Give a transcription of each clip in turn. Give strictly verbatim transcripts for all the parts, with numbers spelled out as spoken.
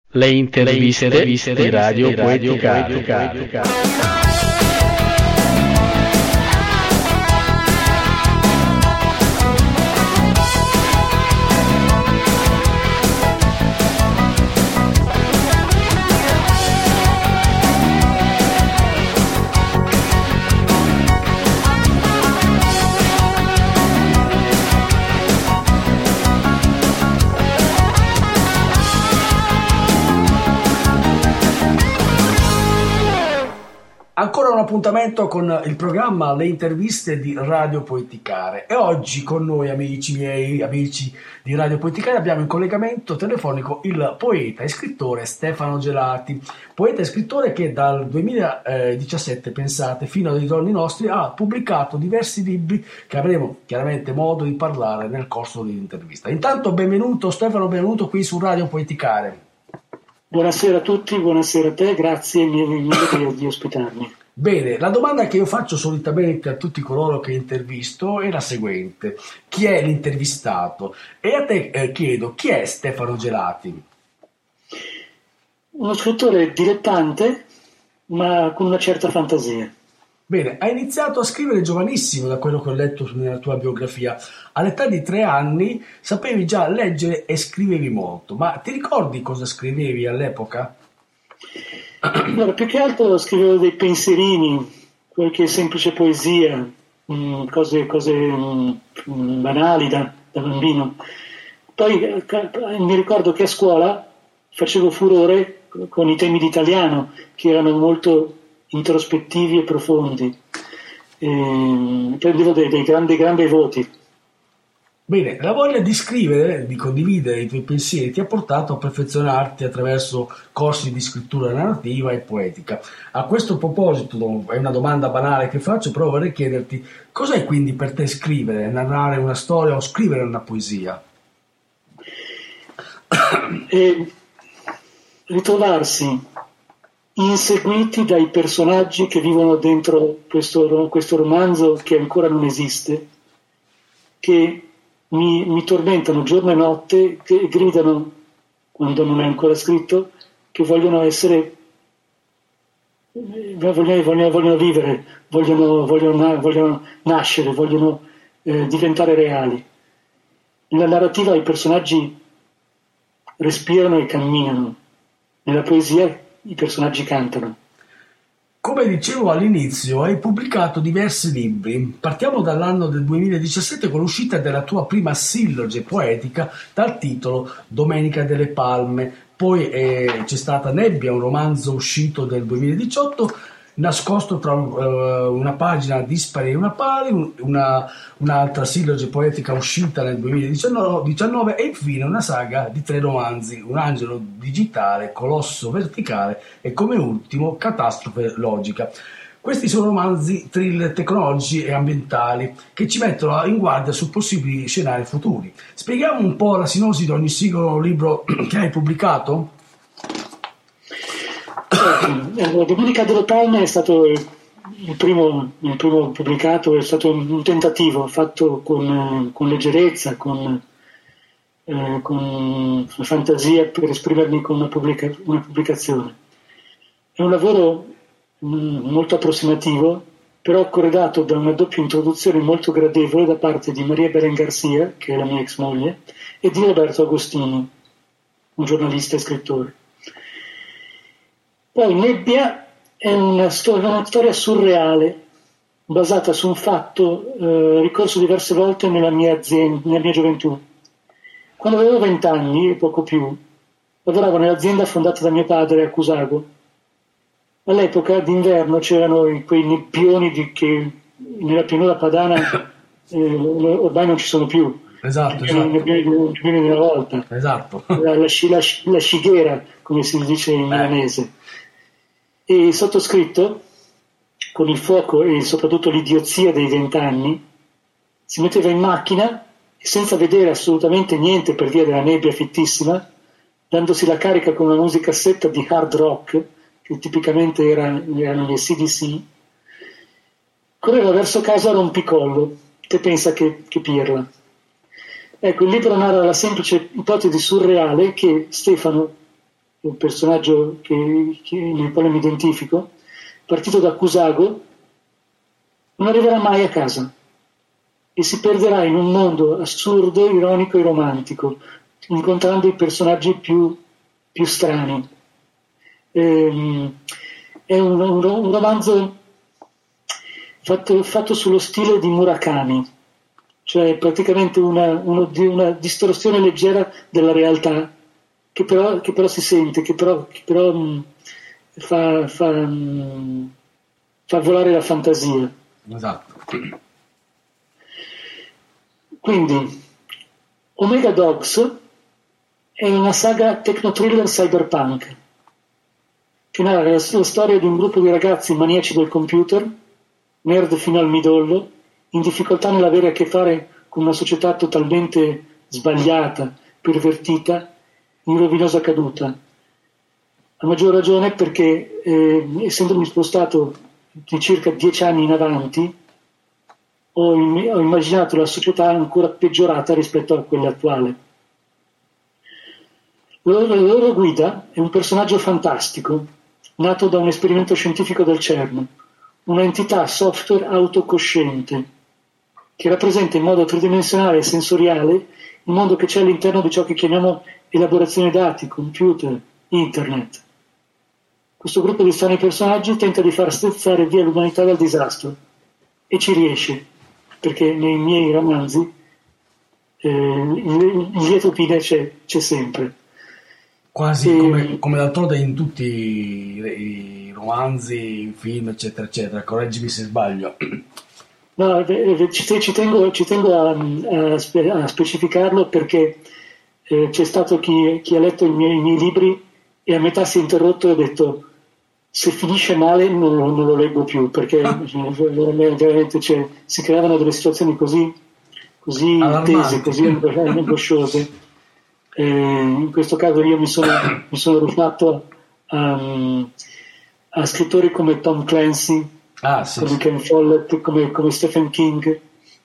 Le interviste, Le interviste di Radio Poeticare. Ancora un appuntamento con il programma Le interviste di Radio Poeticare e oggi con noi, amici miei, amici di Radio Poeticare, abbiamo in collegamento telefonico il poeta e scrittore Stefano Gelati, poeta e scrittore che dal duemiladiciassette, pensate, fino ai giorni nostri ha pubblicato diversi libri che avremo chiaramente modo di parlare nel corso dell'intervista. Intanto benvenuto Stefano, benvenuto qui su Radio Poeticare. Buonasera a tutti, buonasera a te, grazie mille di ospitarmi. Bene, la domanda che io faccio solitamente a tutti coloro che intervisto è la seguente: chi è l'intervistato? E a te eh, chiedo, chi è Stefano Gelati? Uno scrittore dilettante, ma con una certa fantasia. Bene, hai iniziato a scrivere giovanissimo, da quello che ho letto nella tua biografia. All'età di tre anni sapevi già leggere e scrivevi molto, ma ti ricordi cosa scrivevi all'epoca? Allora, più che altro scrivevo dei pensierini, qualche semplice poesia, mh, cose, cose mh, banali da, da bambino. Poi eh, mi ricordo che a scuola facevo furore con i temi d'italiano, che erano molto introspettivi e profondi, e prendevo dei, dei grandi, grandi voti. Bene, la voglia di scrivere, di condividere i tuoi pensieri ti ha portato a perfezionarti attraverso corsi di scrittura narrativa e poetica. A questo proposito, è una domanda banale che faccio, però vorrei chiederti: cos'è quindi per te scrivere, narrare una storia o scrivere una poesia? E ritrovarsi inseguiti dai personaggi che vivono dentro questo, questo romanzo che ancora non esiste, che mi, mi tormentano giorno e notte, che gridano, quando non è ancora scritto, che vogliono essere, vogliono, vogliono, vogliono vivere, vogliono, vogliono, vogliono nascere, vogliono eh, diventare reali. Nella narrativa i personaggi respirano e camminano, nella poesia i personaggi cantano. Come dicevo all'inizio, hai pubblicato diversi libri. Partiamo dall'anno del duemiladiciassette con l'uscita della tua prima silloge poetica dal titolo Domenica delle Palme. Poi eh, c'è stata Nebbia, un romanzo uscito del duemiladiciotto, nascosto tra uh, una pagina dispari e una pari, una, un'altra silloge poetica uscita nel duemiladiciannove e infine una saga di tre romanzi: Un angelo digitale, Colosso verticale e come ultimo Catastrofe logica. Questi sono romanzi thriller tecnologici e ambientali che ci mettono in guardia su possibili scenari futuri. Spieghiamo un po' la sinossi di ogni singolo libro che hai pubblicato? La Domenica delle Palme è stato il primo, il primo pubblicato, è stato un tentativo fatto con, con leggerezza, con, eh, con fantasia, per esprimermi con una, pubblica, una pubblicazione. È un lavoro mh, molto approssimativo, però corredato da una doppia introduzione molto gradevole da parte di Maria Belen Garcia, che è la mia ex moglie, e di Roberto Agostini, un giornalista e scrittore. Poi Nebbia è una storia, una storia surreale, basata su un fatto eh, ricorso diverse volte nella mia azienda, nella mia gioventù. Quando avevo vent'anni e poco più, lavoravo nell'azienda fondata da mio padre a Cusago. All'epoca d'inverno c'erano quei nebbioni di, che nella pianura padana eh, ormai non ci sono più. Esatto, esatto. I nebbioni di una volta. Esatto. La, la, la, la scighera, come si dice in milanese. E il sottoscritto, con il fuoco e soprattutto l'idiozia dei vent'anni, si metteva in macchina e senza vedere assolutamente niente per via della nebbia fittissima, dandosi la carica con una musicassetta di hard rock, che tipicamente era, erano gli A C D C, correva verso casa a rompicollo. Te pensa che, che pirla. Ecco, il libro narra la semplice ipotesi surreale che Stefano un personaggio che, che, nel quale mi identifico, partito da Kusago, non arriverà mai a casa e si perderà in un mondo assurdo, ironico e romantico, incontrando i personaggi più, più strani. Ehm, è un, un, un romanzo fatto, fatto sullo stile di Murakami, cioè praticamente una, uno, una distorsione leggera della realtà, che però, che però si sente, che però, che però mh, fa, fa, mh, fa volare la fantasia. Esatto. Quindi Omega Dogs è una saga techno-thriller cyberpunk che narra la, la storia di un gruppo di ragazzi maniaci del computer, nerd fino al midollo, in difficoltà nell'avere a che fare con una società totalmente sbagliata, pervertita, in rovinosa caduta. A maggior ragione perché, eh, essendomi spostato di circa dieci anni in avanti, ho, ho immaginato la società ancora peggiorata rispetto a quella attuale. La loro, la loro guida è un personaggio fantastico, nato da un esperimento scientifico del CERN, una entità software autocosciente, che rappresenta in modo tridimensionale e sensoriale il mondo che c'è all'interno di ciò che chiamiamo elaborazione dati, computer, internet. Questo gruppo di strani personaggi tenta di far sterzare via l'umanità dal disastro e ci riesce, perché nei miei romanzi eh, il, il lieto fine c'è, c'è sempre. Quasi e, come, come d'altronde in tutti i, i romanzi, i film, eccetera, eccetera. Correggimi se sbaglio. No, ci, ci tengo, ci tengo a, a, spe, a specificarlo perché eh, c'è stato chi, chi ha letto i miei, i miei libri e a metà si è interrotto e ha detto: se finisce male non, non lo leggo più, perché veramente cioè, si creavano delle situazioni così, così tese, così angosciose. Eh, in questo caso io mi sono, mi sono rifatto a, a scrittori come Tom Clancy, ah, sì, come sì. Ken Follett, come, come Stephen King,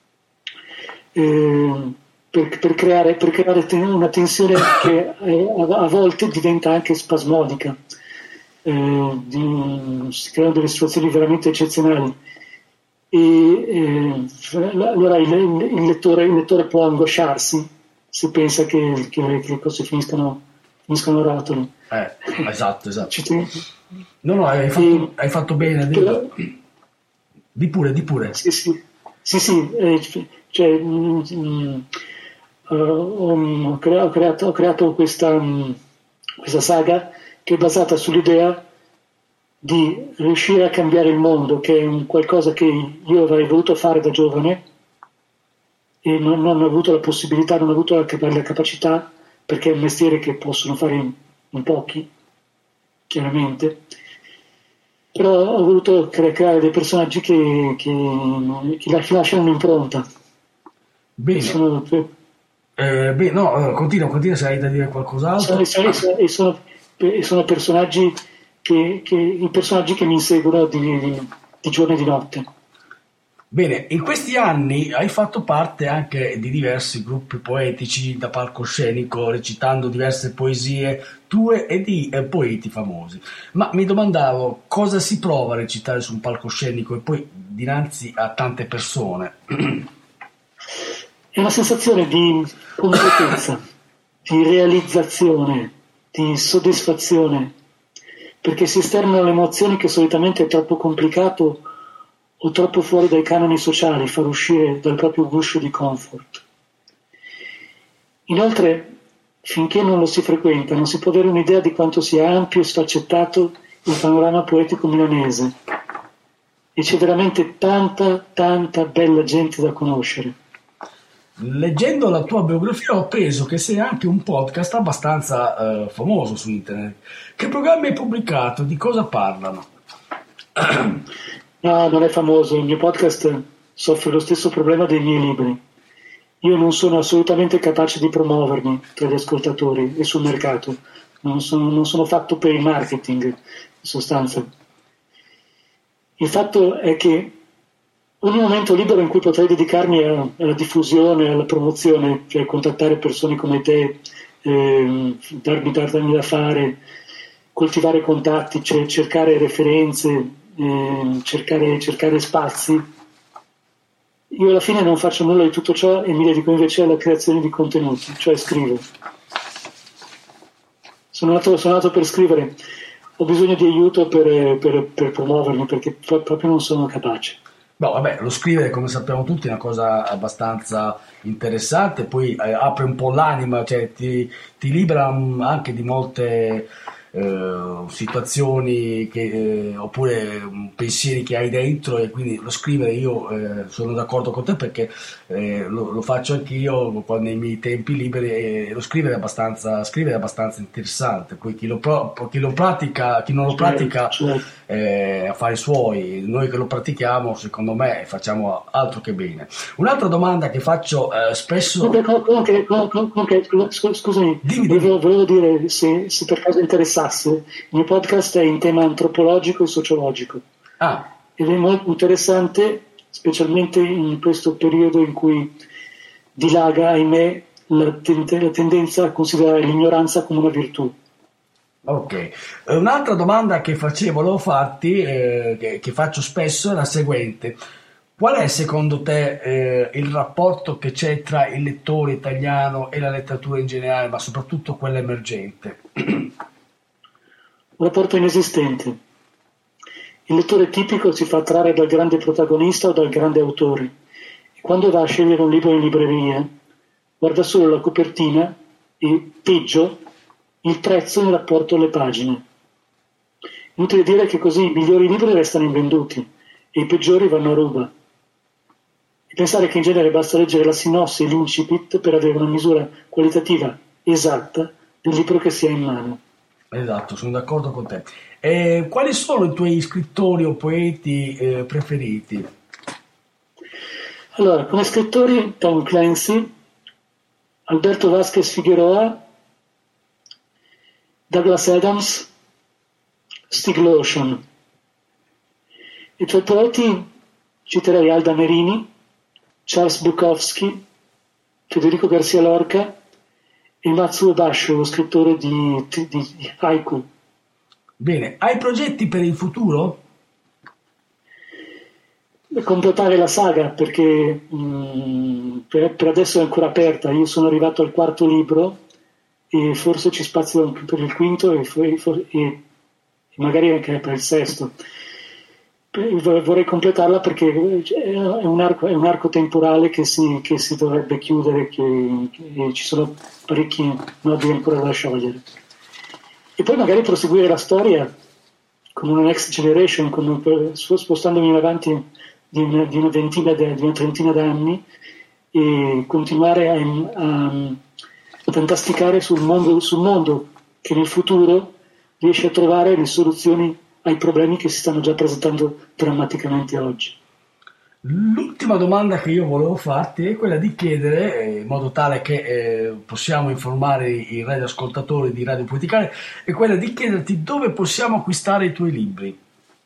eh, per, per, creare, per creare una tensione che eh, a, a volte diventa anche spasmodica. Eh, di, si creano delle situazioni veramente eccezionali e eh, allora il, il, lettore, il lettore può angosciarsi se pensa che, che, che le cose finiscano, finiscano rotoli. Eh, esatto, esatto. Ten... No, no, hai fatto, e, hai fatto bene a dirlo. Di pure, di pure. Sì, sì, sì, sì eh, cioè, mh, mh, uh, ho, creato, ho creato questa, mh, questa saga che è basata sull'idea di riuscire a cambiare il mondo, che è un qualcosa che io avrei voluto fare da giovane e non, non ho avuto la possibilità, non ho avuto la, la capacità, perché è un mestiere che possono fare in, in pochi, chiaramente. Però ho voluto cre- creare dei personaggi che, che, che lasciano un'impronta. Bene. Sono, eh, beh, no, continua, continua se hai da dire qualcos'altro. E sono, sono, sono, sono personaggi che, che i personaggi che mi inseguono di, di, di giorno e di notte. Bene, in questi anni hai fatto parte anche di diversi gruppi poetici da palcoscenico, recitando diverse poesie tue e di eh, poeti famosi. Ma mi domandavo cosa si prova a recitare su un palcoscenico e poi dinanzi a tante persone. È una sensazione di completezza, di realizzazione, di soddisfazione, perché si esternano le emozioni che solitamente è troppo complicato o troppo fuori dai canoni sociali far uscire dal proprio guscio di comfort. Inoltre, finché non lo si frequenta, non si può avere un'idea di quanto sia ampio e sfaccettato il panorama poetico milanese, e c'è veramente tanta, tanta bella gente da conoscere. Leggendo la tua biografia ho appreso che sei anche un podcast abbastanza eh, famoso su internet. Che programmi hai pubblicato? Di cosa parlano? No, non è famoso. Il mio podcast soffre lo stesso problema dei miei libri. Io non sono assolutamente capace di promuovermi tra gli ascoltatori e sul mercato. Non sono, non sono fatto per il marketing, in sostanza. Il fatto è che ogni momento libero in cui potrei dedicarmi a, alla diffusione, alla promozione, cioè contattare persone come te, eh, darmi, darmi da fare, coltivare contatti, cioè cercare referenze, eh, cercare, cercare spazi. Io alla fine non faccio nulla di tutto ciò e mi dedico invece alla creazione di contenuti, cioè scrivo. Sono nato, sono nato per scrivere, ho bisogno di aiuto per, per, per promuovermi perché proprio non sono capace. No, vabbè, lo scrivere, come sappiamo tutti, è una cosa abbastanza interessante, poi eh, apre un po' l'anima, cioè ti, ti libera um, anche di molte eh, situazioni che, eh, oppure um, pensieri che hai dentro, e quindi lo scrivere io eh, sono d'accordo con te perché eh, lo, lo faccio anch'io quando nei miei tempi liberi, e lo scrivere è abbastanza, scrivere è abbastanza interessante, poi chi lo, pro, chi lo pratica, chi non lo pratica eh, affari suoi, noi che lo pratichiamo secondo me facciamo altro che bene. Un'altra domanda che faccio eh, spesso, comunque, comunque, comunque, scusami, dimmi, volevo, volevo dire se, se per caso interessasse, il mio podcast è in tema antropologico e sociologico ah. ed è molto interessante, specialmente in questo periodo in cui dilaga, ahimè, la, ten- la tendenza a considerare l'ignoranza come una virtù. Ok, un'altra domanda che facevo, volevo farti, eh, che, che faccio spesso, è la seguente: qual è secondo te eh, il rapporto che c'è tra il lettore italiano e la letteratura in generale, ma soprattutto quella emergente? Un rapporto inesistente. Il lettore tipico si fa attrarre dal grande protagonista o dal grande autore, e quando va a scegliere un libro in libreria guarda solo la copertina e, peggio, il prezzo in rapporto alle pagine. Inutile dire che così i migliori libri restano invenduti e i peggiori vanno a ruba. E pensare che in genere basta leggere la sinossi e l'incipit per avere una misura qualitativa esatta del libro che si ha in mano. Esatto, sono d'accordo con te. E quali sono i tuoi scrittori o poeti eh, preferiti? Allora, come scrittori, Tom Clancy, Alberto Vázquez Figueroa, Douglas Adams, Stieg Larsson. I tuoi poeti citerei Alda Merini, Charles Bukowski, Federico Garcia Lorca e Matsuo Basho, lo scrittore di, di, di haiku. Bene, hai progetti per il futuro? Completare la saga, perché mh, per, per adesso è ancora aperta. Io sono arrivato al quarto libro e forse ci spazio anche per il quinto e, e, e magari anche per il sesto. Vorrei completarla perché è un arco, è un arco temporale che si, che si dovrebbe chiudere, che, che ci sono parecchi nodi ancora da sciogliere. E poi magari proseguire la storia con una next generation, con, spostandomi in avanti di una, di una ventina, di una trentina d'anni, e continuare a, a, a fantasticare sul mondo, sul mondo che nel futuro riesce a trovare le soluzioni ai problemi che si stanno già presentando drammaticamente oggi. L'ultima domanda che io volevo farti è quella di chiedere, eh, in modo tale che eh, possiamo informare i radioascoltatori di Radio Poeticale, è quella di chiederti dove possiamo acquistare i tuoi libri.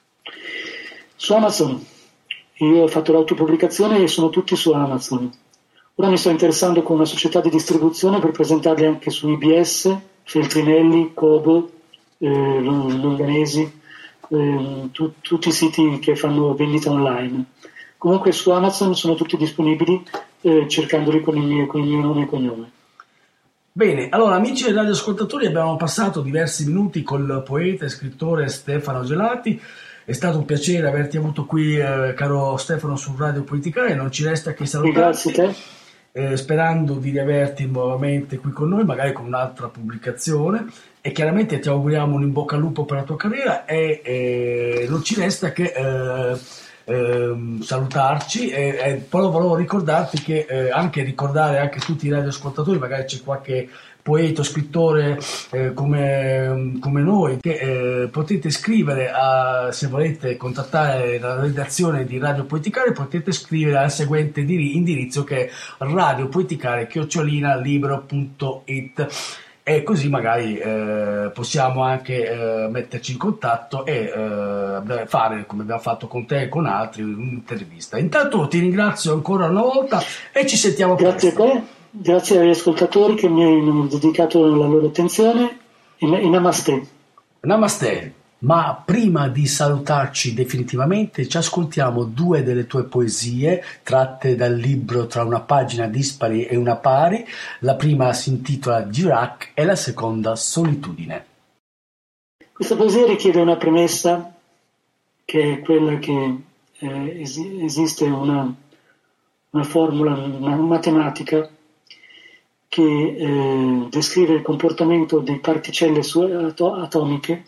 Su Amazon. Io ho fatto l'autopubblicazione e sono tutti su Amazon. Ora mi sto interessando con una società di distribuzione per presentarli anche su I B S, Feltrinelli, Kobo, eh, Longanesi, eh, tu, tutti i siti che fanno vendita online. Comunque su Amazon sono tutti disponibili, eh, cercandoli con il, mio, con il mio nome e cognome. Bene, allora amici e radioascoltatori, abbiamo passato diversi minuti col poeta e scrittore Stefano Gelati. È stato un piacere averti avuto qui, eh, caro Stefano, su Radio Poeticale. Non ci resta che salutarti. Grazie a te. Eh, sperando di riaverti nuovamente qui con noi, magari con un'altra pubblicazione, e chiaramente ti auguriamo un in bocca al lupo per la tua carriera, e eh, non ci resta che eh, eh, salutarci, e, e poi volevo ricordarti che eh, anche ricordare anche tutti i radioascoltatori, magari c'è qualche poeta o scrittore eh, come, come noi, che eh, potete scrivere a, se volete contattare la redazione di Radio Poeticale, potete scrivere al seguente indirizzo, che è radiopoeticale chiocciolina libero punto it, e così magari eh, possiamo anche eh, metterci in contatto e eh, fare, come abbiamo fatto con te e con altri, un'intervista. Intanto ti ringrazio ancora una volta e ci sentiamo presto. Grazie a te. Grazie agli ascoltatori che mi hanno dedicato la loro attenzione, e namaste. Namaste. Ma prima di salutarci definitivamente, ci ascoltiamo due delle tue poesie tratte dal libro Tra una pagina dispari e una pari. La prima si intitola Dirac e la seconda Solitudine. Questa poesia richiede una premessa, che è quella che eh, es- esiste una, una formula una matematica che eh, descrive il comportamento di particelle su- ato- atomiche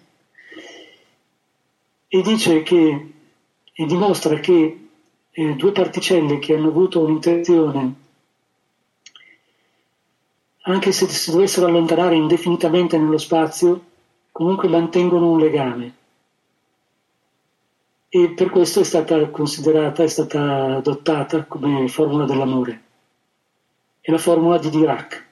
e dice che e dimostra che eh, due particelle che hanno avuto un'interazione, anche se si dovessero allontanare indefinitamente nello spazio, comunque mantengono un legame. E per questo è stata considerata, è stata adottata come formula dell'amore. È la formula di Dirac.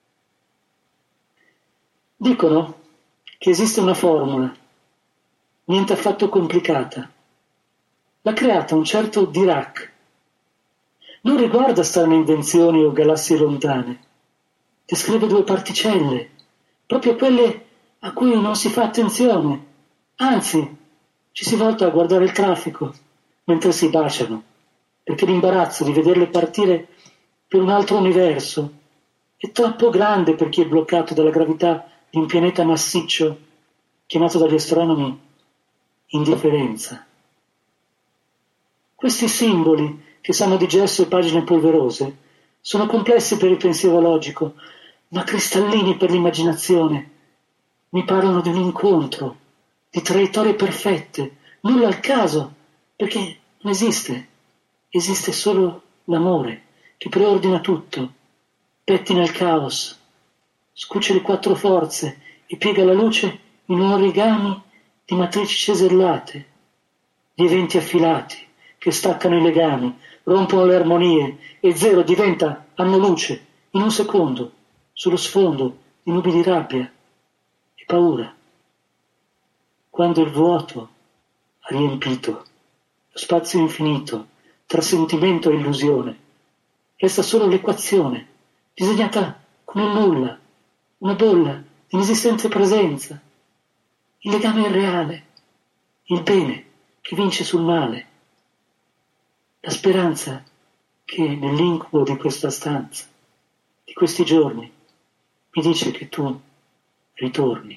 Dicono che esiste una formula, niente affatto complicata. L'ha creata un certo Dirac. Non riguarda strane invenzioni o galassie lontane. Descrive due particelle, proprio quelle a cui non si fa attenzione. Anzi, ci si volta a guardare il traffico mentre si baciano, perché l'imbarazzo di vederle partire per un altro universo è troppo grande per chi è bloccato dalla gravità di un pianeta massiccio chiamato dagli astronomi indifferenza. Questi simboli, che sanno di gesso e pagine polverose, sono complessi per il pensiero logico, ma cristallini per l'immaginazione. Mi parlano di un incontro, di traiettorie perfette, nulla al caso, perché non esiste. Esiste solo l'amore, che preordina tutto, pettina il caos, scuce le quattro forze e piega la luce in un origami di matrici cesellate, di eventi affilati che staccano i legami, rompono le armonie e zero diventa anno luce in un secondo, sullo sfondo di nubi di rabbia e paura. Quando il vuoto ha riempito lo spazio infinito tra sentimento e illusione, resta solo l'equazione, disegnata come un nulla, una bolla di inesistente presenza, il legame irreale, il bene che vince sul male, la speranza che nell'incubo di questa stanza, di questi giorni, mi dice che tu ritorni.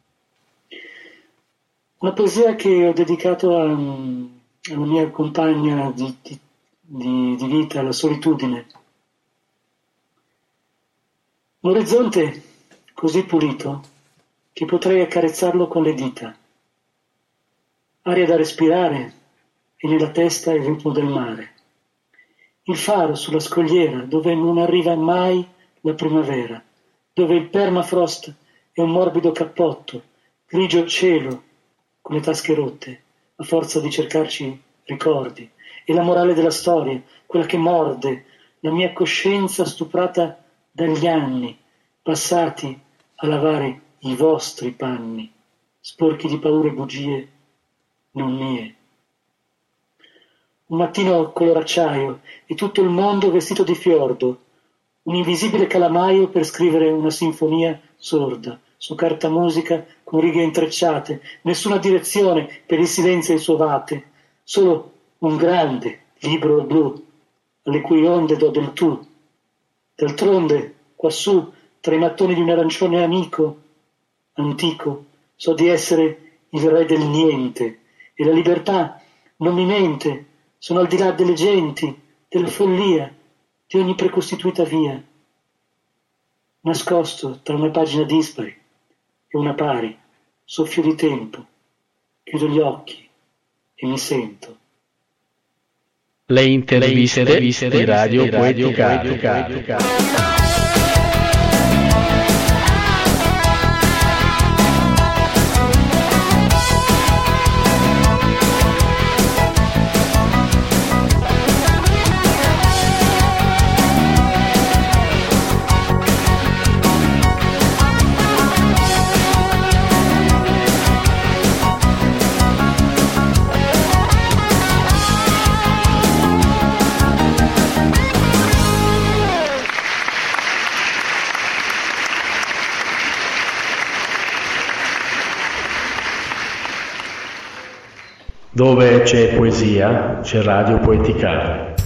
Una poesia che ho dedicato a, alla mia compagna di, di, di, di vita, la solitudine. Un orizzonte così pulito che potrei accarezzarlo con le dita. Aria da respirare e nella testa il ritmo del mare. Il faro sulla scogliera dove non arriva mai la primavera, dove il permafrost è un morbido cappotto, grigio cielo con le tasche rotte, a forza di cercarci ricordi. E la morale della storia, quella che morde la mia coscienza stuprata dagli anni passati a lavare i vostri panni, sporchi di paure e bugie non mie. Un mattino color acciaio e tutto il mondo vestito di fiordo, un invisibile calamaio per scrivere una sinfonia sorda, su carta musica con righe intrecciate, nessuna direzione per il silenzio e il suo vate, solo un grande libro blu, alle cui onde do del tu. D'altronde, quassù, tra i mattoni di un arancione amico, antico, so di essere il re del niente, e la libertà non mi mente, sono al di là delle genti, della follia, di ogni precostituita via. Nascosto tra una pagina dispari e una pari, soffio di tempo, chiudo gli occhi e mi sento. Le interviste, Le interviste di Radio, di Radio Poetica. Dove c'è poesia, c'è Radio Poeticale.